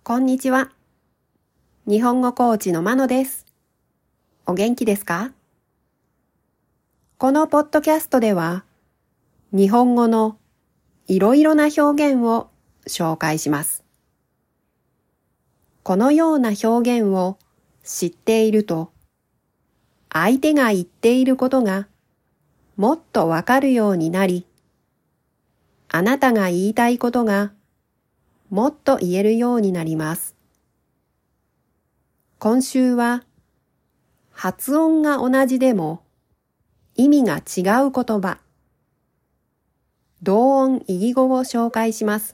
こんにちは。日本語コーチのまのです。お元気ですか？このポッドキャストでは、日本語のいろいろな表現を紹介します。このような表現を知っていると、相手が言っていることがもっとわかるようになり、あなたが言いたいことがもっと言えるようになります。今週は発音が同じでも意味が違う言葉、同音異義語を紹介します。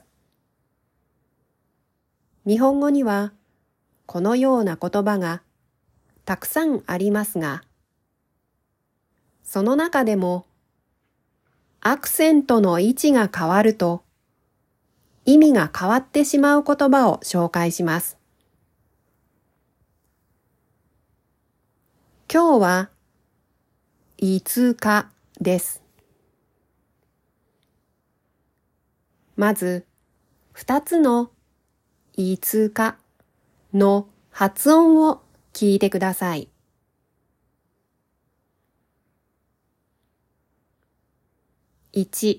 日本語にはこのような言葉がたくさんありますが、その中でもアクセントの位置が変わると意味が変わってしまう言葉を紹介します。今日はいつかです。まず、二つのいつかの発音を聞いてください。1、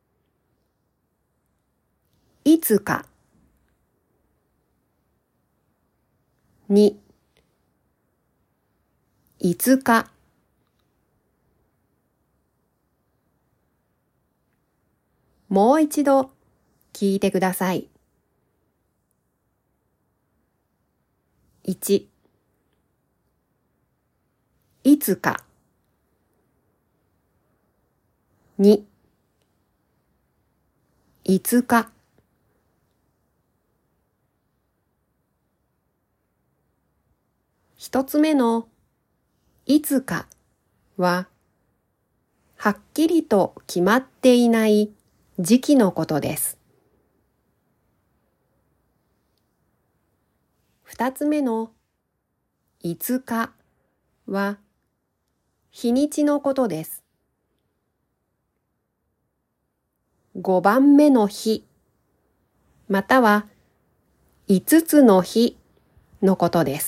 いつか。2、いつか。もう一度聞いてください。1、いつか。2、いつか。一つ目のいつかは、はっきりと決まっていない時期のことです。二つ目のいつかは日にちのことです。5番目の日、または5つの日のことです。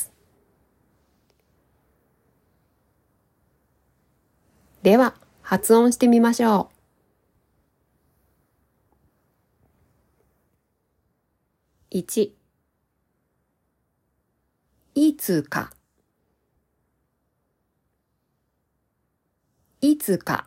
では、発音してみましょう。1、いつか。いつか。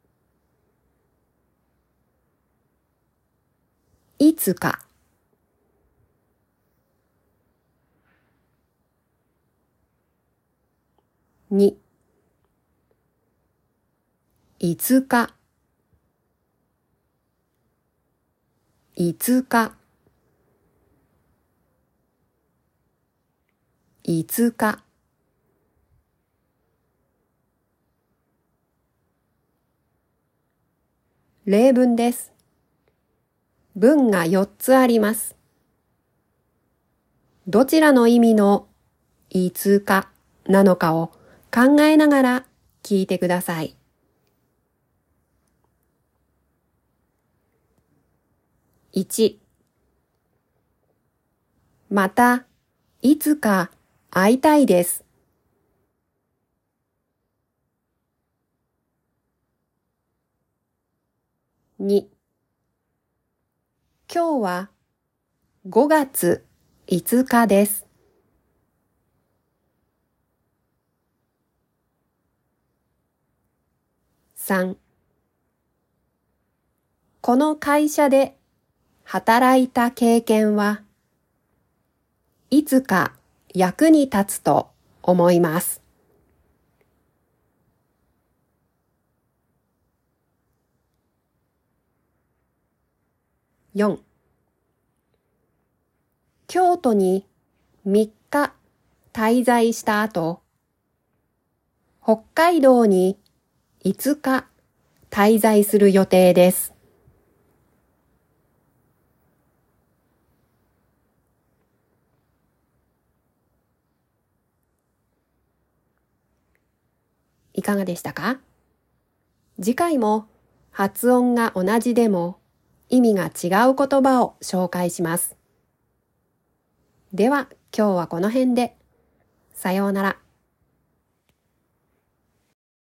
いつか。2、いつか。いつか。いつか。例文です。文が4つあります。どちらの意味のいつかなのかを考えながら聞いてください。1、またいつか会いたいです。2、今日は5月5日です。3、この会社で働いた経験はいつか役に立つと思います。4、京都に3日滞在した後、北海道に5日滞在する予定です。いかがでしたか？次回も発音が同じでも意味が違う言葉を紹介します。 では今日はこの辺で。さようなら。